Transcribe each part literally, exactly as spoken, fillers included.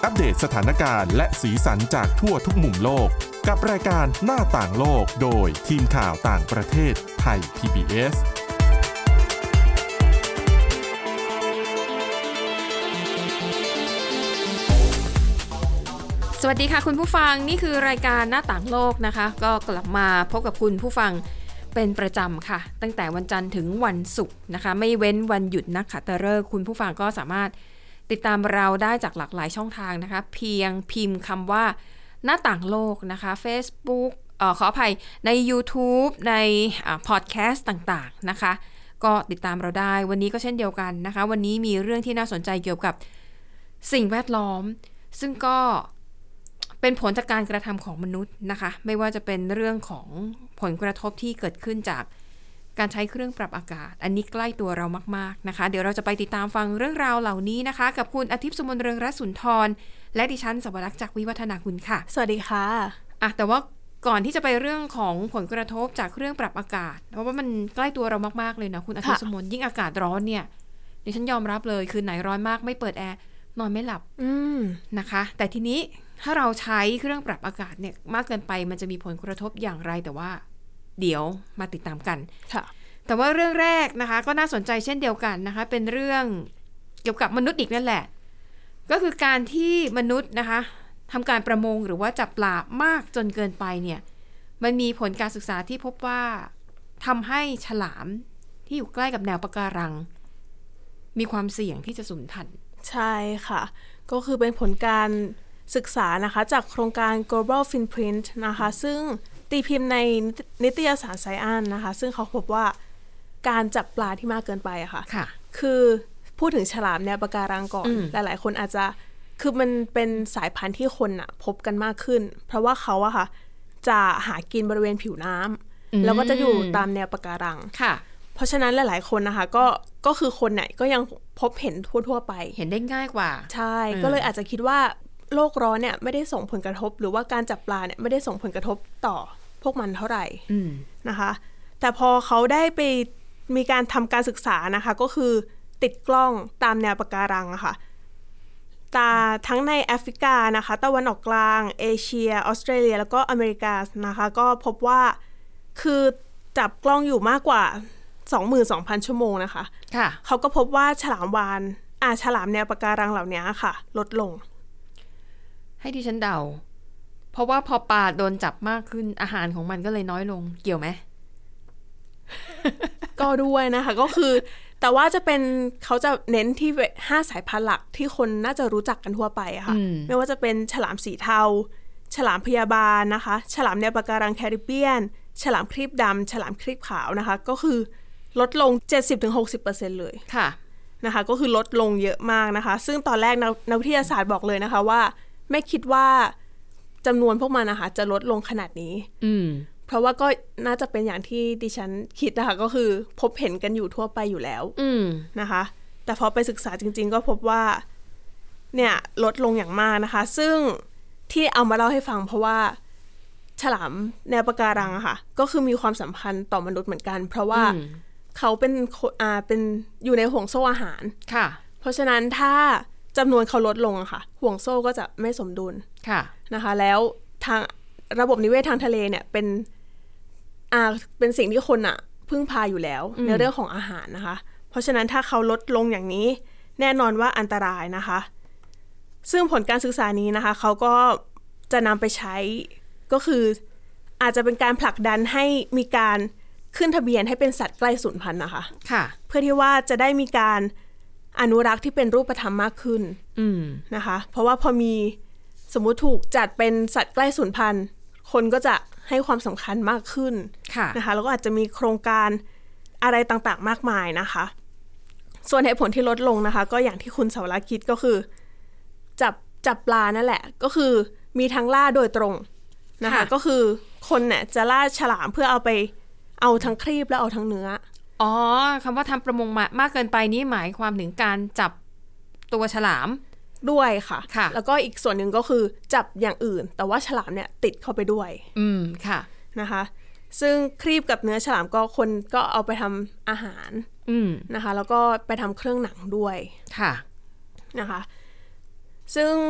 อัปเดตสถานการณ์และสีสันจากทั่วทุกมุมโลกกับรายการหน้าต่างโลกโดยทีมข่าวต่างประเทศไทย พี บี เอสสวัสดีค่ะคุณผู้ฟังนี่คือรายการหน้าต่างโลกนะคะก็กลับมาพบกับคุณผู้ฟังเป็นประจำค่ะตั้งแต่วันจันทร์ถึงวันศุกร์นะคะไม่เว้นวันหยุดนักขัตฤกษ์คุณผู้ฟังก็สามารถติดตามเราได้จากหลากหลายช่องทางนะคะเพียงพิมพ์คำว่าหน้าต่างโลกนะคะ Facebook เอ่อขออภัยใน YouTube ในอ่าพอดแคสต์ต่างๆนะคะก็ติดตามเราได้วันนี้ก็เช่นเดียวกันนะคะวันนี้มีเรื่องที่น่าสนใจเกี่ยวกับสิ่งแวดล้อมซึ่งก็เป็นผลจากการกระทำของมนุษย์นะคะไม่ว่าจะเป็นเรื่องของผลกระทบที่เกิดขึ้นจากการใช้เครื่องปรับอากาศอันนี้ใกล้ตัวเรามากๆนะคะเดี๋ยวเราจะไปติดตามฟังเรื่องราวเหล่านี้นะคะกับคุณอาทิตย์สุมนต์เรืองรัตน์สุนทรและดิฉันสวรักษ์จากวิวัฒนาคุณค่ะสวัสดีค่ะอ่ะแต่ว่าก่อนที่จะไปเรื่องของผลกระทบจากเครื่องปรับอากาศเพราะว่ามันใกล้ตัวเรามากๆเลยนะคุณอาทิตย์สุมนต์ยิ่งอากาศร้อนเนี่ยดิฉันยอมรับเลยคือไหนร้อนมากไม่เปิดแอร์นอนไม่หลับนะคะแต่ทีนี้ถ้าเราใช้เครื่องปรับอากาศเนี่ยมากเกินไปมันจะมีผลกระทบอย่างไรแต่ว่าเดี๋ยวมาติดตามกันค่ะแต่ว่าเรื่องแรกนะคะก็น่าสนใจเช่นเดียวกันนะคะเป็นเรื่องเกี่ยวกับมนุษย์อีกนั่นแหละก็คือการที่มนุษย์นะคะทำการประมงหรือว่าจับปลามากจนเกินไปเนี่ยมันมีผลการศึกษาที่พบว่าทำให้ฉลามที่อยู่ใกล้กับแนวปะการังมีความเสี่ยงที่จะสูญพันธุ์ใช่ค่ะก็คือเป็นผลการศึกษานะคะจากโครงการ Global Finprint นะคะซึ่งตีพิมพ์ในนิตยสาร Science นะคะซึ่งเขาพบว่าการจับปลาที่มากเกินไปอะค่ะค่ะคือพูดถึงฉลามแนวปะการังก่อนหลายๆคนอาจจะคือมันเป็นสายพันธุ์ที่คนอะพบกันมากขึ้นเพราะว่าเขาอะค่ะจะหากินบริเวณผิวน้ำแล้วก็จะอยู่ตามแนวปะการังค่ะเพราะฉะนั้นหลายๆคนนะคะก็ก็คือคนเนี่ยก็ยังพบเห็นทั่วๆไปเห็นได้ง่ายกว่าใช่ก็เลยอาจจะคิดว่าโลกร้อนเนี่ยไม่ได้ส่งผลกระทบหรือว่าการจับปลาเนี่ยไม่ได้ส่งผลกระทบต่อพวกมันเท่าไหร่นะคะแต่พอเขาได้ไปมีการทำการศึกษานะคะก็คือติดกล้องตามแนวปะการังอะค่ะตาทั้งในแอฟริกานะคะตะวันออกกลางเอเชียออสเตรเลียแล้วก็อเมริกานะคะก็พบว่าคือจับกล้องอยู่มากกว่า สองหมื่นสองพัน ชั่วโมงนะคะค่ะเขาก็พบว่าฉลามวาฬอ่าฉลามแนวปะการังเหล่านี้ค่ะลดลงให้ดิฉันเดาเพราะว่าพอปลาโดนจับมากขึ้นอาหารของมันก็เลยน้อยลงเกี่ยวไหมก็ด้วยนะคะก็คือแต่ว่าจะเป็นเขาจะเน้นที่ห้าสายพันธุ์หลักที่คนน่าจะรู้จักกันทั่วไปอะค่ะไม่ว่าจะเป็นฉลามสีเทาฉลามพยาบาลนะคะฉลามแนวปะการังแคริบเบียนฉลามครีบดำฉลามครีบขาวนะคะก็คือลดลง เจ็ดสิบถึงหกสิบเปอร์เซ็นต์ เลยค่ะนะคะก็คือลดลงเยอะมากนะคะซึ่งตอนแรกนักวิทยาศาสตร์บอกเลยนะคะว่าไม่คิดว่าจำนวนพวกมันนะคะจะลดลงขนาดนี้เพราะว่าก็น่าจะเป็นอย่างที่ดิฉันคิดนะคะก็คือพบเห็นกันอยู่ทั่วไปอยู่แล้วนะคะแต่พอไปศึกษาจริงๆก็พบว่าเนี่ยลดลงอย่างมากนะคะซึ่งที่เอามาเล่าให้ฟังเพราะว่าฉลามแนวปะการังอะค่ะก็คือมีความสัมพันธ์ต่อมนุษย์เหมือนกันเพราะว่าเขาเป็นอ่าเป็นอยู่ในห่วงโซ่อาหารค่ะเพราะฉะนั้นถ้าจำนวนเขาลดลงอะค่ะห่วงโซ่ก็จะไม่สมดุลนะคะแล้วทางระบบนิเวศทางทะเลเนี่ยเป็นอ่าเป็นสิ่งที่คนอะพึ่งพาอยู่แล้วในเรื่องของอาหารนะคะเพราะฉะนั้นถ้าเขาลดลงอย่างนี้แน่นอนว่าอันตรายนะคะซึ่งผลการศึกษานี้นะคะเขาก็จะนำไปใช้ก็คืออาจจะเป็นการผลักดันให้มีการขึ้นทะเบียนให้เป็นสัตว์ใกล้สูญพันธุ์นะคะค่ะเพื่อที่ว่าจะได้มีการอนุรักษ์ที่เป็นรูปธรรมมากขึ้นนะคะเพราะว่าพอมีสมมุติถูกจัดเป็นสัตว์ใกล้สูญพันธุ์คนก็จะให้ความสำคัญมากขึ้นนะคะแล้วก็อาจจะมีโครงการอะไรต่างๆมากมายนะคะส่วนเหตุผลที่ลดลงนะคะก็อย่างที่คุณสาวรักษ์คิดก็คือจับจับปลานั่นแหละก็คือมีทั้งล่าโดยตรงนะคะก็คือคนเนี่ยจะล่าฉลามเพื่อเอาไปเอาทั้งครีบแล้วเอาทั้งเนื้ออ๋อคำว่าทำประมงมามากเกินไปนี้หมายความถึงการจับตัวฉลามด้วยค่ะค่ะแล้วก็อีกส่วนหนึ่งก็คือจับอย่างอื่นแต่ว่าฉลามเนี่ยติดเข้าไปด้วยอืมค่ะนะคะซึ่งครีบกับเนื้อฉลามก็คนก็เอาไปทำอาหารนะคะแล้วก็ไปทำเครื่องหนังด้วยค่ะนะคะซึ่ง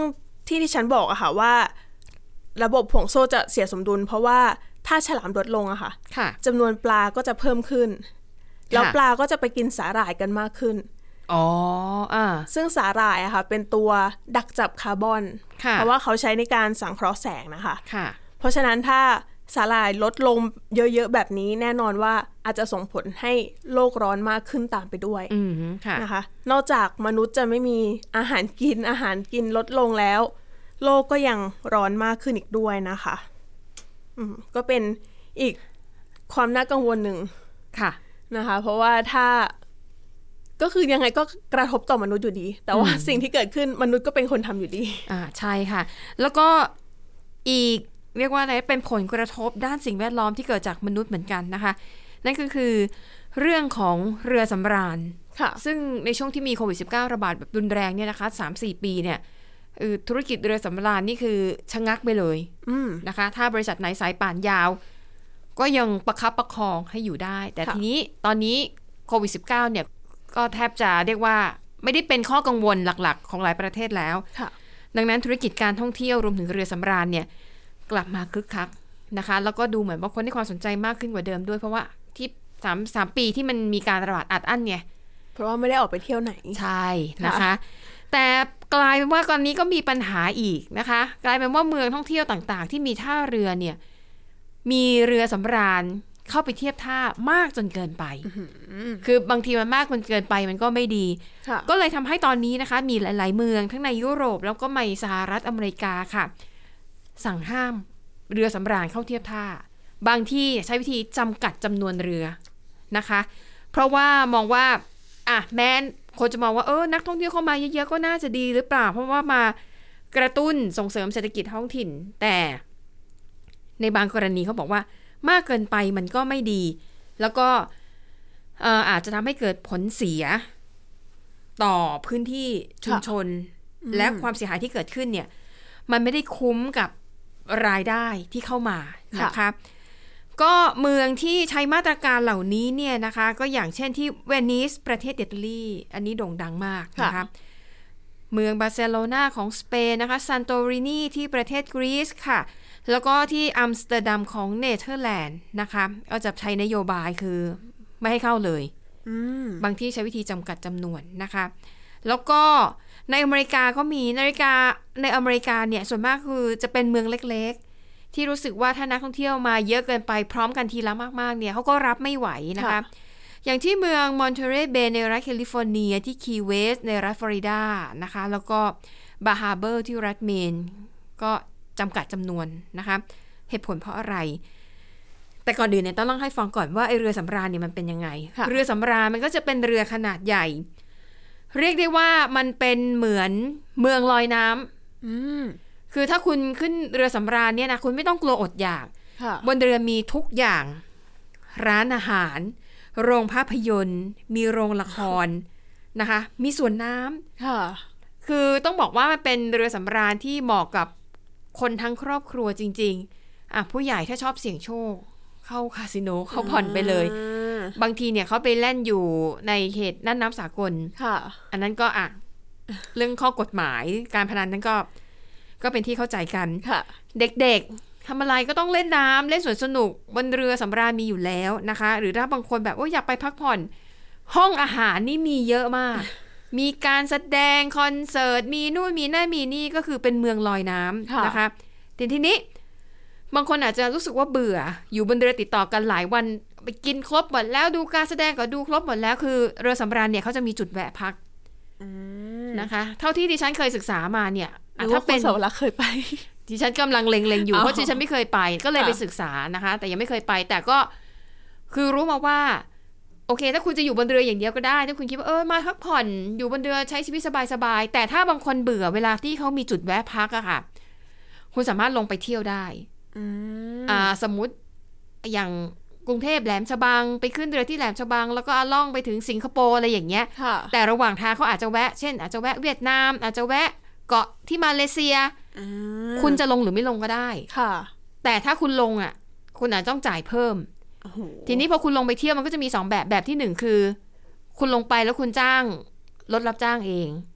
ที่ที่ฉันบอกอะค่ะว่าระบบห่วงโซ่จะเสียสมดุลเพราะว่าถ้าฉลามลดลงอะค่ะจำนวนปลาก็จะเพิ่มขึ้นแล้วปลาก็จะไปกินสาหร่ายกันมากขึ้นอ๋ออ่าซึ่งสาหร่ายอะค่ะเป็นตัวดักจับคาร์บอนเพราะว่าเขาใช้ในการสังเคราะห์แสงนะคะค่ะเพราะฉะนั้นถ้าสาหร่ายลดลงเยอะๆแบบนี้แน่นอนว่าอาจจะส่งผลให้โลกร้อนมากขึ้นตามไปด้วยนะคะนอกจากมนุษย์จะไม่มีอาหารกินอาหารกินลดลงแล้วโลกก็ยังร้อนมากขึ้นอีกด้วยนะคะอืมก็เป็นอีกความน่ากังวลหนึ่งค่ะนะคะเพราะว่าถ้าก็คือยังไงก็กระทบต่อมนุษย์อยู่ดีแต่ว่าสิ่งที่เกิดขึ้นมนุษย์ก็เป็นคนทำอยู่ดีอ่าใช่ค่ะแล้วก็อีกเรียกว่าอะไรเป็นผลกระทบด้านสิ่งแวดล้อมที่เกิดจากมนุษย์เหมือนกันนะคะนั่นก็คือเรื่องของเรือสำราญซึ่งในช่วงที่มีโควิด สิบเก้า ระบาดแบบรุนแรงเนี่ยนะคะ สามถึงสี่ ปีเนี่ยธุรกิจเรือสำราญนี่คือชะงักไปเลยนะคะถ้าบริษัทไหนสายป่านยาวก็ยังประคับประคองให้อยู่ได้แต่ทีนี้ตอนนี้โควิด สิบเก้า เนี่ยก็แทบจะเรียกว่าไม่ได้เป็นข้อกังวลหลักๆของหลายประเทศแล้วดังนั้นธุรกิจการท่องเที่ยวรวมถึงเรือสำราญเนี่ยกลับมาคึกคักนะคะแล้วก็ดูเหมือนว่าคนให้ความสนใจมากขึ้นกว่าเดิมด้วยเพราะว่าที่สาม สามปีที่มันมีการระบาดอัดอั้นไงเพราะว่าไม่ได้ออกไปเที่ยวไหนใช่นะคะแต่กลายเป็นว่าตอนนี้ก็มีปัญหาอีกนะคะกลายเป็นว่าเมืองท่องเที่ยวต่างๆที่มีท่าเรือเนี่ยมีเรือสำราญเข้าไปเทียบท่ามากจนเกินไปคือบางทีมันมากจนเกินไปมันก็ไม่ดีก็เลยทำให้ตอนนี้นะคะมีหลายๆเมืองทั้งในยุโรปแล้วก็ในสหรัฐอเมริกาค่ะสั่งห้ามเรือสำราญเข้าเทียบท่าบางที่ใช้วิธีจำกัดจำนวนเรือนะคะเพราะว่ามองว่าอ่ะแม้คนจะมองว่าเออนักท่องเที่ยวเข้ามาเยอะๆก็น่าจะดีหรือเปล่าเพราะว่ามากระตุ้นส่งเสริมเศรษฐกิจท้องถิ่นแต่ในบางกรณีเขาบอกว่ามากเกินไปมันก็ไม่ดีแล้วก็เอ่ออาจจะทำให้เกิดผลเสียต่อพื้นที่ชุมชนและความเสียหายที่เกิดขึ้นเนี่ยมันไม่ได้คุ้มกับรายได้ที่เข้ามานะคะก็เมืองที่ใช้มาตรการเหล่านี้เนี่ยนะคะก็อย่างเช่นที่เวนิสประเทศอิตาลีอันนี้โด่งดังมากนะคะเมืองบาร์เซโลนาของสเปนนะคะซันโตรินีที่ประเทศกรีซค่ะแล้วก็ที่อัมสเตอร์ดัมของเนเธอร์แลนด์นะคะก็จะใช้นโยบายคือไม่ให้เข้าเลยบางที่ใช้วิธีจำกัดจำนวนนะคะแล้วก็ในอเมริกาก็มีนาฬิกาในอเมริกาเนี่ยส่วนมากคือจะเป็นเมืองเล็กๆที่รู้สึกว่าถ้านักท่องเที่ยวมาเยอะเกินไปพร้อมกันทีละมากๆเนี่ยเขาก็รับไม่ไหวนะคะอย่างที่เมืองมอนเทเรย์เบย์ในรัฐแคลิฟอร์เนียที่คีย์เวสต์ในรัฐฟลอริดานะคะแล้วก็บาฮาร์เบอร์ที่รัฐเมนก็จำกัดจำนวนนะคะเหตุผลเพราะอะไรแต่ก่อนอื่นเนี่ยต้องเล่าให้ฟังก่อนว่าไอเรือสำราญเนี่ยมันเป็นยังไงเรือสำราญมันก็จะเป็นเรือขนาดใหญ่เรียกได้ว่ามันเป็นเหมือนเมืองลอยน้ำคือถ้าคุณขึ้นเรือสำราญเนี่ยนะคุณไม่ต้องกลัวอดอยากบนเรือมีทุกอย่างร้านอาหารโรงภาพยนตร์มีโรงละครนะคะมีสวนน้ำคือต้องบอกว่ามันเป็นเรือสำราญที่เหมาะกับคนทั้งครอบครัวจริงๆอ่ะผู้ใหญ่ถ้าชอบเสี่ยงโชคเข้าคาสิโนเข้าผ่อนไปเลยบางทีเนี่ยเขาไปเล่นอยู่ในเขตน่านน้ำสากลอันนั้นก็อ่ะเรื่องข้อกฎหมายการพนันนั้นก็ก็เป็นที่เข้าใจกันเด็กๆทำอะไรก็ต้องเล่นน้ำเล่นสวนสนุกบนเรือสำราญมีอยู่แล้วนะคะหรือถ้าบางคนแบบโอ้ยอยากไปพักผ่อนห้องอาหารนี่มีเยอะมากมีการแสดงคอนเสิร์ตมีนู่นมีนั่นมีนี่ก็คือเป็นเมืองลอยน้ำนะคะทีทีนี้บางคนอาจจะรู้สึกว่าเบื่ออยู่บนเรือติดต่อกันหลายวันไปกินครบหมดแล้วดูการแสดงก็ดูครบหมดแล้วคือเรือสำราญเนี่ยเขาจะมีจุดแวะพักนะคะเท่าที่ดิฉันเคยศึกษามาเนี่ยถ้าเป็นสาวรักเคยไปดิฉันกำลังเล็งๆอยู่เพราะดิฉันไม่เคยไปก็เลยไปศึกษานะคะแต่ยังไม่เคยไปแต่ก็คือรู้มาว่าโอเคถ้าคุณจะอยู่บนเรืออย่างเดียวก็ได้ถ้าคุณคิดว่าเออมาพักผ่อนอยู่บนเรือใช้ชีวิตสบายๆแต่ถ้าบางคนเบื่อเวลาที่เขามีจุดแวะพักอะค่ะคุณสามารถลงไปเที่ยวได้อ่าสมมุติอย่างกรุงเทพแหลมฉบังไปขึ้นเรือที่แหลมฉบังแล้วก็ล่องไปถึงสิงคโปร์อะไรอย่างเงี้ยแต่ระหว่างทางเขาอาจจะแวะเช่นอาจจะแวะเวียดนามอาจจะแวะเกาะที่มาเลเซียคุณจะลงหรือไม่ลงก็ได้แต่ถ้าคุณลงอ่ะคุณอาจจะต้องจ่ายเพิ่มทีนี้พอคุณลงไปเที่ยวมันก็จะมีสองแบบแบบที่หนึ่งคือคุณลงไปแล้วคุณจ้างรถรับจ้างเอง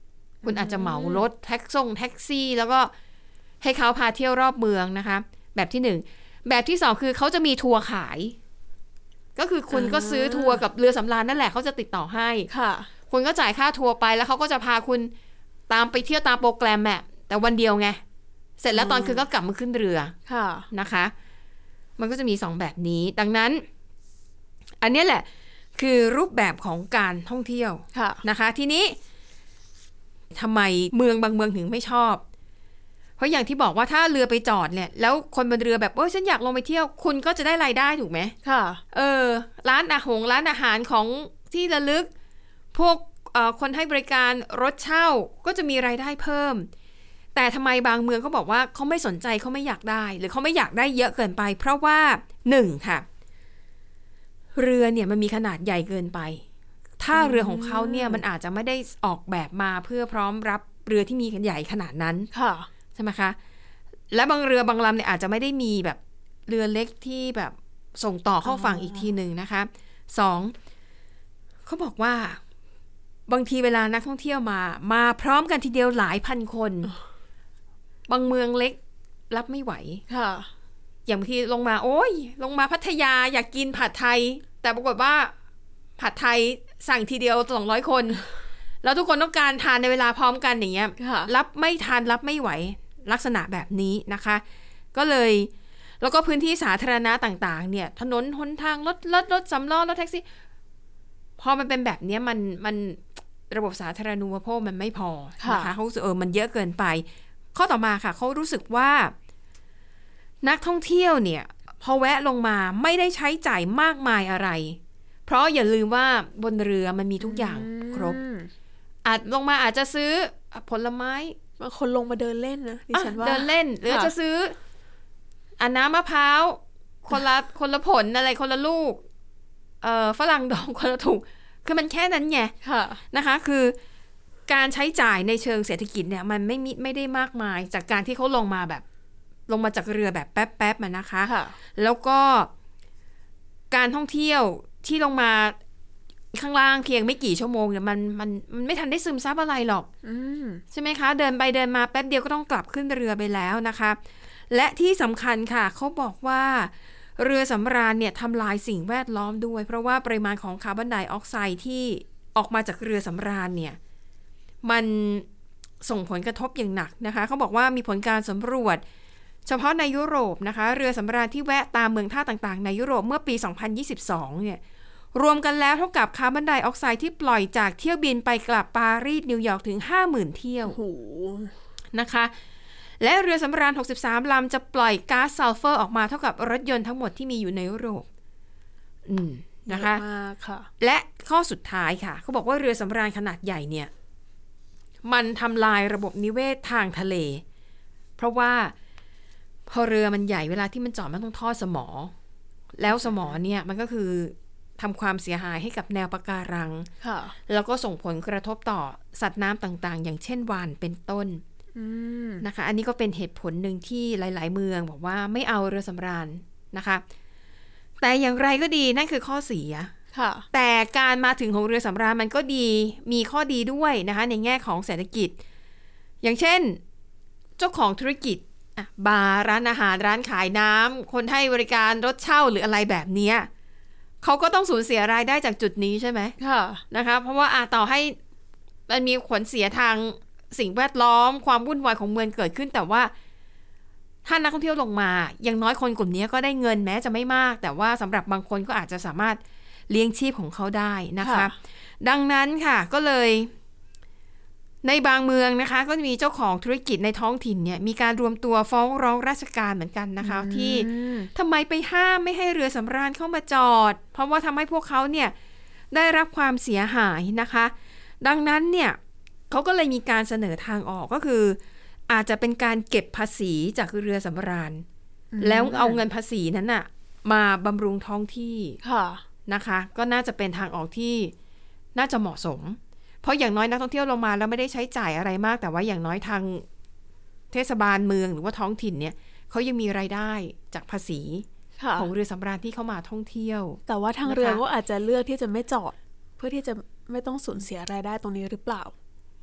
คุณอาจจะเหมารถแท็กซ่งแท็กซี่ แล้วก็ให้เขาพาเที่ยวรอบเมืองนะคะแบบที่หนึ่งแบบที่สองคือเขาจะมีทัวร์ขายก็คือคุณก็ซื้อทัวร์กับเรือสำราญนั่นแหละเขาจะติดต่อให้ค่ะคุณก็จ่ายค่าทัวร์ไปแล้วเขาก็จะพาคุณตามไปเที่ยวตามโปรแกรมแหละแต่วันเดียวไงเสร็จแล้วตอนคืนก็กลับมาขึ้นเรือค่ะนะคะมันก็จะมีสองแบบนี้ดังนั้นอันนี้แหละคือรูปแบบของการท่องเที่ยวนะคะทีนี้ทำไมเมืองบางเมืองถึงไม่ชอบเพราะอย่างที่บอกว่าถ้าเรือไปจอดเนี่ยแล้วคนบนเรือแบบโอ้ยฉันอยากลงไปเที่ยวคุณก็จะได้รายได้ถูกไหมค่ะเออร้านอาหารร้านอาหารของที่ระลึกพวกคนให้บริการรถเช่าก็จะมีรายได้เพิ่มแต่ทำไมบางเมืองเขาบอกว่าเขาไม่สนใจเขาไม่อยากได้หรือเขาไม่อยากได้เยอะเกินไปเพราะว่าหนึ่งค่ะเรือเนี่ยมันมีขนาดใหญ่เกินไปถ้าเรือของเขาเนี่ยมันอาจจะไม่ได้ออกแบบมาเพื่อพร้อมรับเรือที่มีใหญ่ขนาดนั้นค่ะใช่ไหมคะและบางเรือบางลำเนี่ยอาจจะไม่ได้มีแบบเรือเล็กที่แบบส่งต่อเข้าฝั่งอีกทีหนึ่งนะคะสองเขาบอกว่าบางทีเวลานักท่องเที่ยวมามาพร้อมกันทีเดียวหลายพันคนบางเมืองเล็กรับไม่ไหวค่ะอย่างบางทีลงมาโอ้ยลงมาพัทยาอยากกินผัดไทยแต่ปรากฏว่าผัดไทยสั่งทีเดียวสองร้อยคนแล้วทุกคนต้องการทานในเวลาพร้อมกันอย่างเงี้ยรับไม่ทานรับไม่ไหวลักษณะแบบนี้นะคะก็เลยแล้วก็พื้นที่สาธารณะต่างๆเนี่ยถนนหนทางรถรถรถสำล้อรถแท็กซี่พอมันเป็นแบบนี้มันมันระบบสาธารณูปโภคมันไม่พอนะคะเขารู้สึกเออมันเยอะเกินไปข้อต่อมาค่ะเขารู้สึกว่านักท่องเที่ยวเนี่ยพอแวะลงมาไม่ได้ใช้จ่ายมากมายอะไรเพราะอย่าลืมว่าบนเรือมันมีทุกอย่างครบอาจลงมาอาจจะซื้อผลไม้บางคนลงมาเดินเล่นนะดิฉันว่าเดินเล่นหรือจะซื้ออันน้ำมะพร้าวคนละคนละผลอะไรคนละลูกเอ่อฝรั่งดองคนละถุงคือมันแค่นั้นไงนะคะคือการใช้จ่ายในเชิงเศรษฐกิจเนี่ยมันไม่มีไม่ได้มากมายจากการที่เขาลงมาแบบลงมาจากเรือแบบแป๊บๆมันนะคะแล้วก็การท่องเที่ยวที่ลงมาข้างล่างเพียงไม่กี่ชั่วโมงเนี่ยมันมันมันไม่ทันได้ซึมซับอะไรหรอกใช่ไหมคะเดินไปเดินมาแป๊บเดียวก็ต้องกลับขึ้นเรือไปแล้วนะคะและที่สำคัญค่ะเขาบอกว่าเรือสำราญเนี่ยทำลายสิ่งแวดล้อมด้วยเพราะว่าปริมาณของคาร์บอนไดออกไซด์ที่ออกมาจากเรือสำราญเนี่ยมันส่งผลกระทบอย่างหนักนะคะเขาบอกว่ามีผลการสำรวจเฉพาะในยุโรปนะคะเรือสำราญที่แวะตามเมืองท่าต่างๆในยุโรปเมื่อปีสองพันยี่สิบสองเนี่ยรวมกันแล้วเท่ากับคาร์บอนไดออกไซด์ที่ปล่อยจากเที่ยวบินไปกลับปารีสนิวยอร์กถึง ห้าหมื่น เที่ยวนะคะและเรือสำราญหกสิบสามลำจะปล่อยก๊าซซัลเฟอร์ออกมาเท่ากับรถยนต์ทั้งหมดที่มีอยู่ในยุโรปอืมนะคะและข้อสุดท้ายค่ะเขาบอกว่าเรือสำราญขนาดใหญ่เนี่ยมันทำลายระบบนิเวศทางทะเลเพราะว่าพอเรือมันใหญ่เวลาที่มันจอดมันต้องทอดสมอแล้วสมอเนี่ยมันก็คือทำความเสียหายให้กับแนวปะการังแล้วก็ส่งผลกระทบต่อสัตว์น้ำต่างๆอย่างเช่นวาฬเป็นต้นนะคะอันนี้ก็เป็นเหตุผลหนึ่งที่หลายๆเมืองบอกว่าไม่เอาเรือสำราญนะคะแต่อย่างไรก็ดีนั่นคือข้อเสียแต่การมาถึงของเรือสำราญมันก็ดีมีข้อดีด้วยนะคะในแง่ของเศรษฐกิจอย่างเช่นเจ้าของธุรกิจบาร์ร้านอาหารร้านขายน้ำคนให้บริการรถเช่าหรืออะไรแบบนี้เขาก็ต้องสูญเสียรายได้จากจุดนี้ใช่ไหมนะคะเพราะว่าอาต่อให้มันมีผลเสียทางสิ่งแวดล้อมความวุ่นวายของเมืองเกิดขึ้นแต่ว่าถ้านักท่องเที่ยวลงมาอย่างน้อยคนกลุ่มนี้ก็ได้เงินแม้จะไม่มากแต่ว่าสำหรับบางคนก็อาจจะสามารถเลี้ยงชีพของเขาได้นะคะดังนั้นค่ะก็เลยในบางเมืองนะคะก็จะมีเจ้าของธุรกิจในท้องถิ่นเนี่ยมีการรวมตัวฟ้องร้องราชการเหมือนกันนะคะที่ทำไมไปห้ามไม่ให้เรือสำราญเข้ามาจอดเพราะว่าทำให้พวกเขาเนี่ยได้รับความเสียหายนะคะดังนั้นเนี่ยเขาก็เลยมีการเสนอทางออกก็คืออาจจะเป็นการเก็บภาษีจากเรือสำราญแล้วเอาเงินภาษีนั้นน่ะมาบำรุงท้องที่นะคะก็น่าจะเป็นทางออกที่น่าจะเหมาะสมเพราะอย่างน้อยนักท่องเที่ยวลงมาแล้วไม่ได้ใช้จ่ายอะไรมากแต่ว่าอย่างน้อยทางเทศบาลเมืองหรือว่าท้องถิ่นเนี่ยเขายังมีรายได้จากภาษีของเรือสำราญที่เข้ามาท่องเที่ยวแต่ว่าทางเรือก็อาจจะเลือกที่จะไม่จอดเพื่อที่จะไม่ต้องสูญเสียรายได้ตรงนี้หรือเปล่า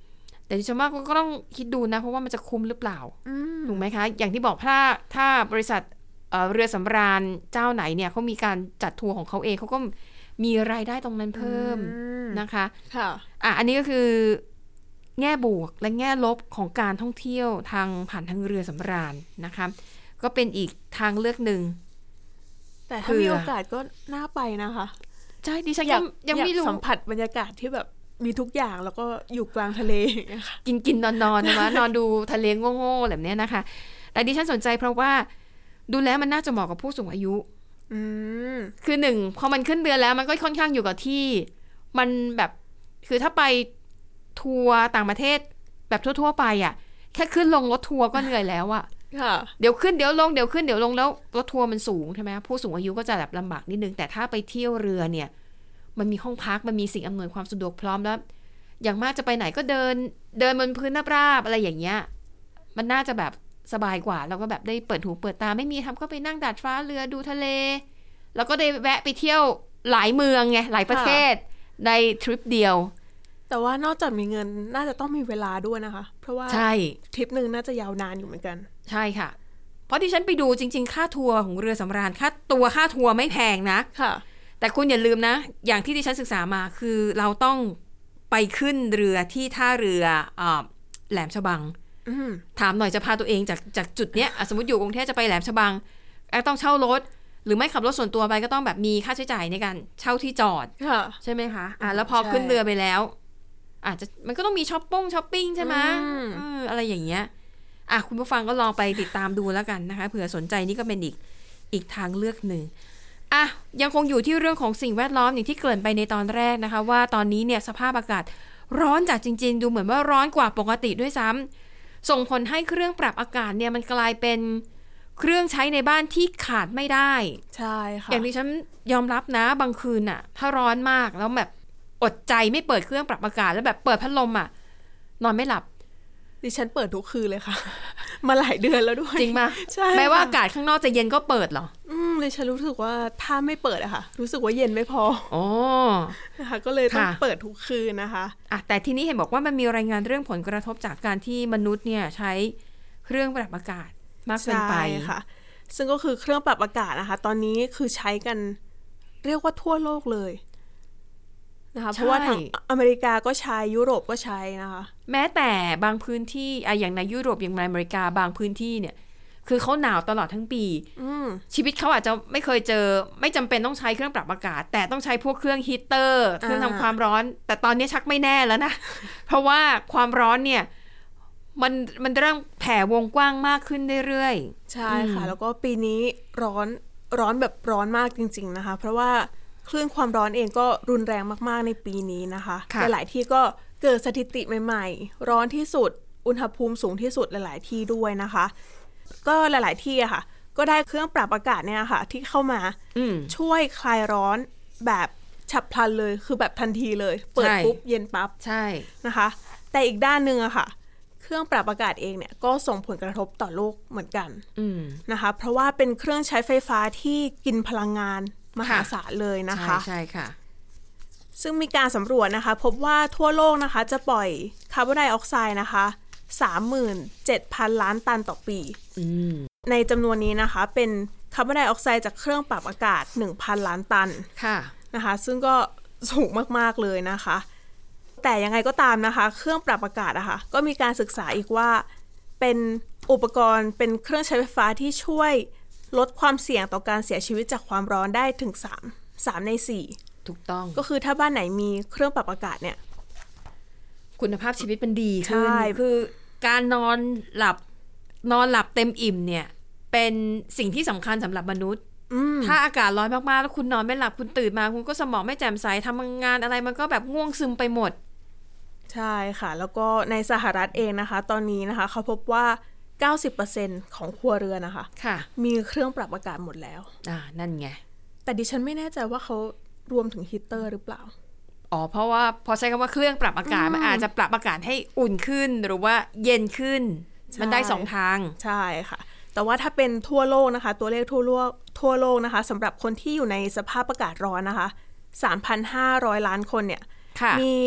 แต่ดิฉันว่าก็ต้องคิดดูนะเพราะว่ามันจะคุ้มหรือเปล่าถูกไหมคะอย่างที่บอกถ้าถ้าบริษัท เอ่อ เรือสำราญเจ้าไหนเนี่ยเขามีการจัดทัวร์ของเขาเองเขาก็มีรายได้ตรงนั้นเพิ่มนะคะค่ะอ่ะอันนี้ก็คือแง่บวกและแง่ลบของการท่องเที่ยวทางผ่านทางเรือสำราญนะคะก็เป็นอีกทางเลือกหนึ่งแต่ถ้ามีโอกาสก็น่าไปนะคะใช่ดิฉันยังยังไม่รู้สัมผัสบรรยากาศที่แบบมีทุกอย่างแล้วก็อยู่กลางทะเลกินกินนอนนอนนะนอนดูทะเลโง่ๆแบบนี้นะคะแต่ดิฉันสนใจเพราะว่าดูแล้วมันน่าจะเหมาะกับผู้สูงอายุคือหนึ่งพอมันขึ้นเรือแล้วมันก็ค่อนข้างอยู่กับที่มันแบบคือถ้าไปทัวร์ต่างประเทศแบบทั่วๆไปอ่ะแค่ขึ้นลงรถทัวร์ก็เหนื่อยแล้วอ่ะเดี๋ยวขึ้นเดี๋ยวลงเดี๋ยวขึ้นเดี๋ยวลงแล้วรถทัวร์มันสูงใช่ไหมผู้สูงอายุก็จะแบบลำบากนิดนึงแต่ถ้าไปเที่ยวเรือเนี่ยมันมีห้องพักมันมีสิ่งอำนวยความสะดวกพร้อมแล้วอย่างมากจะไปไหนก็เดินเดินบนพื้นราบๆอะไรอย่างเงี้ยมันน่าจะแบบสบายกว่าแล้วก็แบบได้เปิดหูเปิดตาไม่มีทำก็ไปนั่งดาดฟ้าเรือดูทะเลแล้วก็ได้แวะไปเที่ยวหลายเมืองไงหลายประเทศในทริปเดียวแต่ว่านอกจากมีเงินน่าจะต้องมีเวลาด้วยนะคะเพราะว่าใช่ทริปนึงน่าจะยาวนานอยู่เหมือนกันใช่ค่ะเพราะที่ฉันไปดูจริงๆค่าทัวร์ของเรือสำราญค่าตัวค่าทัวร์ไม่แพงนะค่ะแต่คุณอย่าลืมนะอย่างที่ดิฉันศึกษามาคือเราต้องไปขึ้นเรือที่ท่าเรือแหลมฉบังถามหน่อยจะพาตัวเองจากจากจุดเนี้ยสมมติอยู่กรุงเทพจะไปแหลมฉบังต้องเช่ารถหรือไม่ขับรถส่วนตัวไปก็ต้องแบบมีค่าใช้จ่ายในการเช่าที่จอดใช่ไหมคะอ่ะแล้วพอขึ้นเรือไปแล้วอาจจะมันก็ต้องมีช้อปปิ้งช้อปปิ้งใช่ไหมเอออะไรอย่างเงี้ยอ่ะคุณผู้ฟังก็ลองไปติดตามดูแล้วกันนะคะเผื่อสนใจนี่ก็เป็นอีกอีกทางเลือกหนึ่งอ่ะยังคงอยู่ที่เรื่องของสิ่งแวดล้อมอย่างที่เกริ่นไปในตอนแรกนะคะว่าตอนนี้เนี่ยสภาพอากาศร้อนจัดจริงๆดูเหมือนว่าร้อนกว่าปกติด้วยซ้ำส่งผลให้เครื่องปรับอากาศเนี่ยมันกลายเป็นเครื่องใช้ในบ้านที่ขาดไม่ได้ใช่ค่ะอย่างที่ฉันยอมรับนะบางคืนน่ะถ้าร้อนมากแล้วแบบอดใจไม่เปิดเครื่องปรับอากาศแล้วแบบเปิดพัดลมอ่ะนอนไม่หลับดิฉันเปิดทุกคืนเลยค่ะมาหลายเดือนแล้วด้วยจริงมั้ยใช่แม้ว่าอากาศข้างนอกจะเย็นก็เปิดเหรออืมดิฉันรู้สึกว่าถ้าไม่เปิดอะค่ะรู้สึกว่าเย็นไม่พออ๋อนะคะก็เลยต้องเปิดทุกคืนนะคะอ่ะแต่ทีนี้เห็นบอกว่ามันมีรายงานเรื่องผลกระทบจากการที่มนุษย์เนี่ยใช้เครื่องปรับอากาศมากเกินไปค่ะซึ่งก็คือเครื่องปรับอากาศนะคะตอนนี้คือใช้กันเรียกว่าทั่วโลกเลยนะคะเพราะว่าทางอเมริกาก็ใช้ยุโรปก็ใช้นะคะแม้แต่บางพื้นที่อะอย่างในยุโรปอย่างในอเมริกาบางพื้นที่เนี่ยคือเขาหนาวตลอดทั้งปีชีวิตเขาอาจจะไม่เคยเจอไม่จำเป็นต้องใช้เครื่องปรับอากาศแต่ต้องใช้พวกเครื่องฮีตเตอร์เครื่องทำความร้อนแต่ตอนนี้ชักไม่แน่แล้วนะเพราะว่าความร้อนเนี่ยมันมันเริ่มแผ่วงกว้างมากขึ้นเรื่อยๆใช่ค่ะแล้วก็ปีนี้ร้อนร้อนแบบร้อนมากจริงๆนะคะเพราะว่าคลื่นความร้อนเองก็รุนแรงมากๆในปีนี้นะคะหลายๆที่ก็เกิดสถิติใหม่ๆร้อนที่สุดอุณหภูมิสูงที่สุดหลายๆที่ด้วยนะคะก็หลายๆที่อะค่ะก็ได้เครื่องปรับอากาศเนี่ยค่ะที่เข้ามาช่วยคลายร้อนแบบฉับพลันเลยคือแบบทันทีเลยเปิดปุ๊บเย็นปั๊บใช่นะคะแต่อีกด้านนึงอะค่ะเครื่องปรับอากาศเองเนี่ยก็ส่งผลกระทบต่อโลกเหมือนกันนะคะเพราะว่าเป็นเครื่องใช้ไฟฟ้าที่กินพลังงานมหาศาลเลยนะคะใช่ค่ะซึ่งมีการสำรวจนะคะพบว่าทั่วโลกนะคะจะปล่อยคาร์บอนไดออกไซด์นะคะ สามหมื่นเจ็ดพัน ล้านตันต่อปีในจำนวนนี้นะคะเป็นคาร์บอนไดออกไซด์จากเครื่องปรับอากาศ หนึ่งพัน ล้านตันค่ะนะคะซึ่งก็สูงมากๆเลยนะคะแต่ยังไงก็ตามนะคะเครื่องปรับอากาศอะค่ะก็มีการศึกษาอีกว่าเป็นอุปกรณ์เป็นเครื่องใช้ไฟฟ้าที่ช่วยลดความเสี่ยงต่อการเสียชีวิตจากความร้อนได้ถึงสาม สามในสี่ถูกต้องก็คือถ้าบ้านไหนมีเครื่องปรับอากาศเนี่ยคุณภาพชีวิตมันดีขึ้นคือการนอนหลับนอนหลับเต็มอิ่มเนี่ยเป็นสิ่งที่สำคัญสำหรับมนุษย์ถ้าอากาศร้อนมากๆแล้วคุณนอนไม่หลับคุณตื่นมาคุณก็สมองไม่แจ่มใสทำงานอะไรมันก็แบบง่วงซึมไปหมดใช่ค่ะแล้วก็ในสหรัฐเองนะคะตอนนี้นะคะเขาพบว่า เก้าสิบเปอร์เซ็นต์ ของครัวเรือนนะคะค่ะมีเครื่องปรับอากาศหมดแล้วอ่านั่นไงแต่ดิฉันไม่แน่ใจว่าเขารวมถึงฮีตเตอร์หรือเปล่าอ๋อเพราะว่าพอใช้คำว่าเครื่องปรับอากาศมันอาจจะปรับอากาศให้อุ่นขึ้นหรือว่าเย็นขึ้นมันได้สองทางใช่ค่ะแต่ว่าถ้าเป็นทั่วโลกนะคะตัวเลขทั่วโลกทั่วโลกนะคะสำหรับคนที่อยู่ในสภาพอากาศร้อนนะคะ สามพันห้าร้อย ล้านคนเนี่ยมี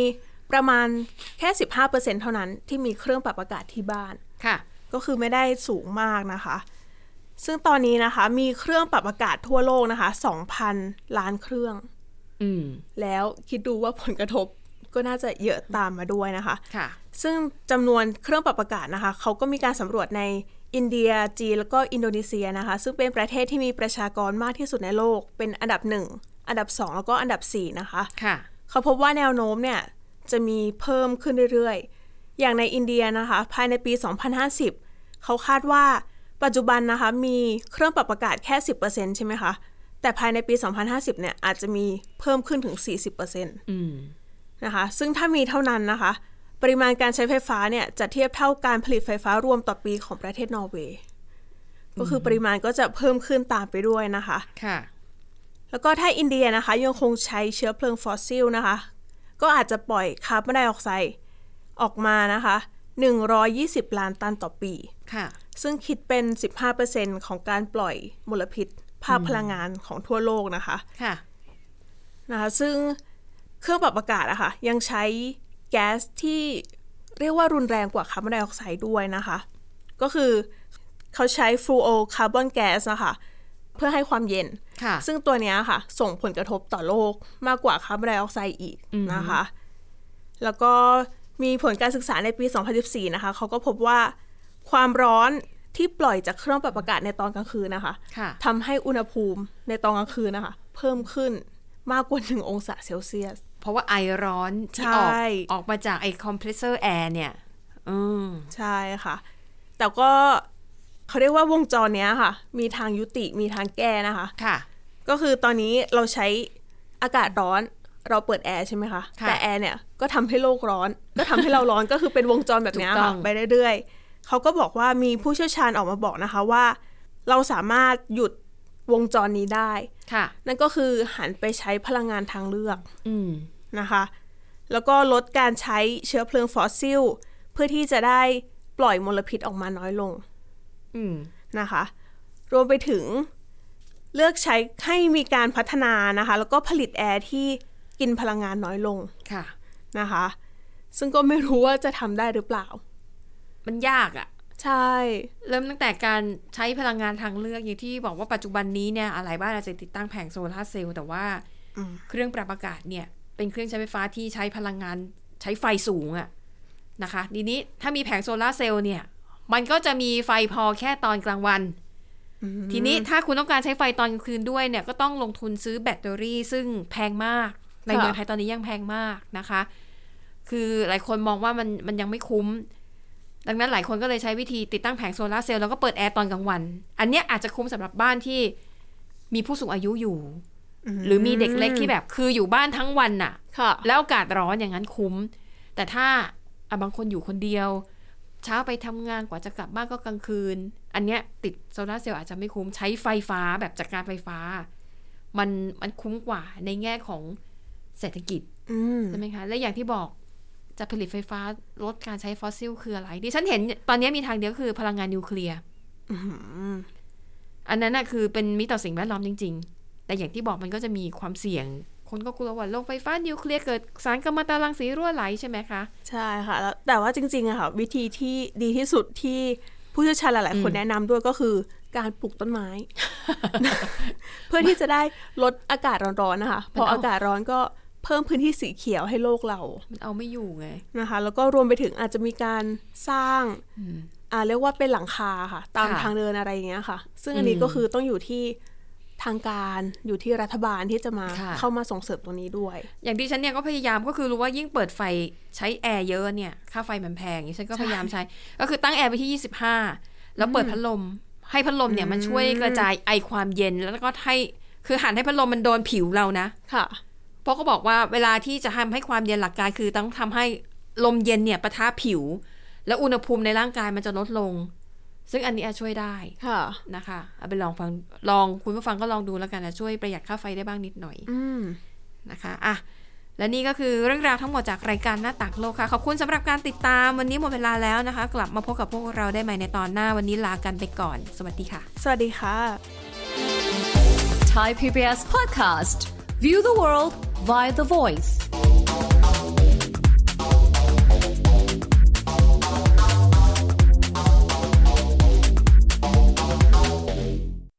ประมาณแค่ สิบห้าเปอร์เซ็นต์ เท่านั้นที่มีเครื่องปรับอากาศที่บ้านค่ะก็คือไม่ได้สูงมากนะคะซึ่งตอนนี้นะคะมีเครื่องปรับอากาศทั่วโลกนะคะ สองพัน ล้านเครื่องอืมแล้วคิดดูว่าผลกระทบก็น่าจะเยอะตามมาด้วยนะคะค่ะซึ่งจำนวนเครื่องปรับอากาศนะคะเขาก็มีการสำรวจในอินเดียจีนแล้วก็อินโดนีเซียนะคะซึ่งเป็นประเทศที่มีประชากรมากที่สุดในโลกเป็นอันดับหนึ่งอันดับสองแล้วก็อันดับสี่นะคะค่ะเขาพบว่าแนวโน้มเนี่ยจะมีเพิ่มขึ้นเรื่อยๆอย่างในอินเดียนะคะภายในปีสองพันห้าสิบเขาคาดว่าปัจจุบันนะคะมีเครื่องปรับอากาศแค่ สิบเปอร์เซ็นต์ ใช่ไหมคะแต่ภายในปีสองพันห้าสิบเนี่ยอาจจะมีเพิ่มขึ้นถึง สี่สิบเปอร์เซ็นต์อืมนะคะซึ่งถ้ามีเท่านั้นนะคะปริมาณการใช้ไฟฟ้าเนี่ยจะเทียบเท่าการผลิตไฟฟ้ารวมต่อปีของประเทศนอร์เวย์ก็คือปริมาณก็จะเพิ่มขึ้นตามไปด้วยนะคะค่ะแล้วก็ถ้าอินเดียนะคะยังคงใช้เชื้อเพลิงฟอสซิลนะคะก็อาจจะปล่อยคาร์บอนไดออกไซด์ออกมานะคะหนึ่งร้อยยี่สิบล้านตันต่อปีค่ะซึ่งคิดเป็น สิบห้าเปอร์เซ็นต์ ของการปล่อยมลพิษภาคพลังงานของทั่วโลกนะคะค่ะนะคะซึ่งเครื่องปรับอากาศอะค่ะยังใช้แก๊สที่เรียกว่ารุนแรงกว่าคาร์บอนไดออกไซด์ด้วยนะคะก็คือเขาใช้ฟลูโอคาร์บอนแก๊สนะคะเพื่อให้ความเย็นซึ่งตัวนี้ค่ะส่งผลกระทบต่อโลกมากกว่าคาร์บอนไดออกไซด์อีกนะคะแล้วก็มีผลการศึกษาในปีสองพันสิบสี่นะคะเขาก็พบว่าความร้อนที่ปล่อยจากเครื่องปรับอากาศในตอนกลางคืนนะคะทำให้อุณหภูมิในตอนกลางคืนนะคะเพิ่มขึ้นมากกว่าหนึ่งองศาเซลเซียสเพราะว่าไอร้อนที่ออกออกมาจากไอคอมเพรสเซอร์แอร์เนี่ยอืมใช่ค่ะแต่ก็เขาเรียกว่าวงจรเนี้ยค่ะมีทางยุติมีทางแก้นะคะค่ะก็คือตอนนี้เราใช้อากาศร้อนเราเปิดแอร์ใช่ไหมคะแต่แอร์เนี่ยก็ทำให้โลกร้อนก็ทำให้เราร้อนก็คือเป็นวงจรแบบนี้ค่ะไปเรื่อยๆเขาก็บอกว่ามีผู้เชี่ยวชาญออกมาบอกนะคะว่าเราสามารถหยุดวงจรนี้ได้นั่นก็คือหันไปใช้พลังงานทางเลือกนะคะแล้วก็ลดการใช้เชื้อเพลิงฟอสซิลเพื่อที่จะได้ปล่อยมลพิษออกมาน้อยลงนะคะรวมไปถึงเลือกใช้ให้มีการพัฒนานะคะแล้วก็ผลิตแอร์ที่กินพลังงานน้อยลงค่ะนะคะซึ่งก็ไม่รู้ว่าจะทำได้หรือเปล่ามันยากอะใช่เริ่มตั้งแต่การใช้พลังงานทางเลือกอย่างที่บอกว่าปัจจุบันนี้เนี่ยหลายบ้านอาจจะติดตั้งแผงโซลาร์เซลล์แต่ว่าเครื่องปรับอากาศเนี่ยเป็นเครื่องใช้ไฟฟ้าที่ใช้พลังงานใช้ไฟสูงอะนะคะทีนี้ถ้ามีแผงโซลาร์เซลล์เนี่ยมันก็จะมีไฟพอแค่ตอนกลางวันทีนี้ถ้าคุณต้องการใช้ไฟตอนกลางคืนด้วยเนี่ยก็ต้องลงทุนซื้อแบตเตอรี่ซึ่งแพงมากในเมืองไทยตอนนี้ยังแพงมากนะคะคือหลายคนมองว่ามันมันยังไม่คุ้มดังนั้นหลายคนก็เลยใช้วิธีติดตั้งแผงโซลาร์เซลล์แล้วก็เปิดแอร์ตอนกลางวันอันนี้อาจจะคุ้มสำหรับบ้านที่มีผู้สูงอายุอยู่หรือมีเด็กเล็กที่แบบคืออยู่บ้านทั้งวันน่ะแล้วอากาศร้อนอย่างนั้นคุ้มแต่ถ้าบางคนอยู่คนเดียวเช้าไปทำงานกว่าจะกลับบ้านก็กลางคืนอันเนี้ยติดโซลาร์เซลล์อาจจะไม่คุ้มใช้ไฟฟ้าแบบจัดการไฟฟ้ามันมันคุ้มกว่าในแง่ของเศรษฐกิจใช่ไหมคะและอย่างที่บอกจะผลิตไฟฟ้าลดการใช้ฟอสซิลคืออะไรดิฉันเห็นตอนนี้มีทางเดียวคือพลังงานนิวเคลียร์อันนั้นน่ะคือเป็นมิตรต่อสิ่งแวดล้อมจริงๆแต่อย่างที่บอกมันก็จะมีความเสี่ยงคนก็กลัวว่าโรงไฟฟ้านิวเคลียร์เกิดสารกัมมันตรังสีรั่วไหลใช่ไหมคะใช่ค่ะแล้วแต่ว่าจริงๆอะค่ะวิธีที่ดีที่สุดที่ผู้เชี่ยวชาญหลายๆคนแนะนำด้วยก็คือการปลูกต้นไม้ เพื่อที่จะได้ลดอากาศร้อนๆนะคะพออากาศร้อนก็เพิ่มพื้นที่สีเขียวให้โลกเรามันเอาไม่อยู่ไงนะคะแล้วก็รวมไปถึงอาจจะมีการสร้างอ่าเรียกว่าเป็นหลังคาค่ะตามทางเดินอะไรอย่างเงี้ยค่ะซึ่งอันนี้ก็คือต้องอยู่ที่ทางการอยู่ที่รัฐบาลที่จะมาเข้ามาส่งเสริมตรงนี้ด้วยอย่างที่ฉันเนี่ยก็พยายามก็คือรู้ว่ายิ่งเปิดไฟใช้แอร์เยอะเนี่ยค่าไฟมันแพงฉันก็พยายามใช้ก็คือตั้งแอร์ไปที่ยี่สิบห้าแล้วเปิดพัดลมให้พัดลมเนี่ยมันช่วยกระจายไอความเย็นแล้วก็ให้คือหันให้พัดลมมันโดนผิวเรานะค่ะเพราะเขาบอกว่าเวลาที่จะทำให้ความเย็นหลักการคือต้องทำให้ลมเย็นเนี่ยปะทะผิวแล้วอุณหภูมิในร่างกายมันจะลดลงซึ่งอันนี้ช่วยได้นะคะเอาไปลองฟังลองคุณผู้ฟังก็ลองดูแล้วกันนะช่วยประหยัดค่าไฟได้บ้างนิดหน่อยนะคะอ่ะและนี่ก็คือเรื่องราวทั้งหมดจากรายการหน้าต่างโลกค่ะขอบคุณสำหรับการติดตามวันนี้หมดเวลาแล้วนะคะกลับมาพบกับพวกเราได้ใหม่ในตอนหน้าวันนี้ลากันไปก่อนสวัสดีค่ะสวัสดีค่ะ Thai พี บี เอส Podcast View the world via the voice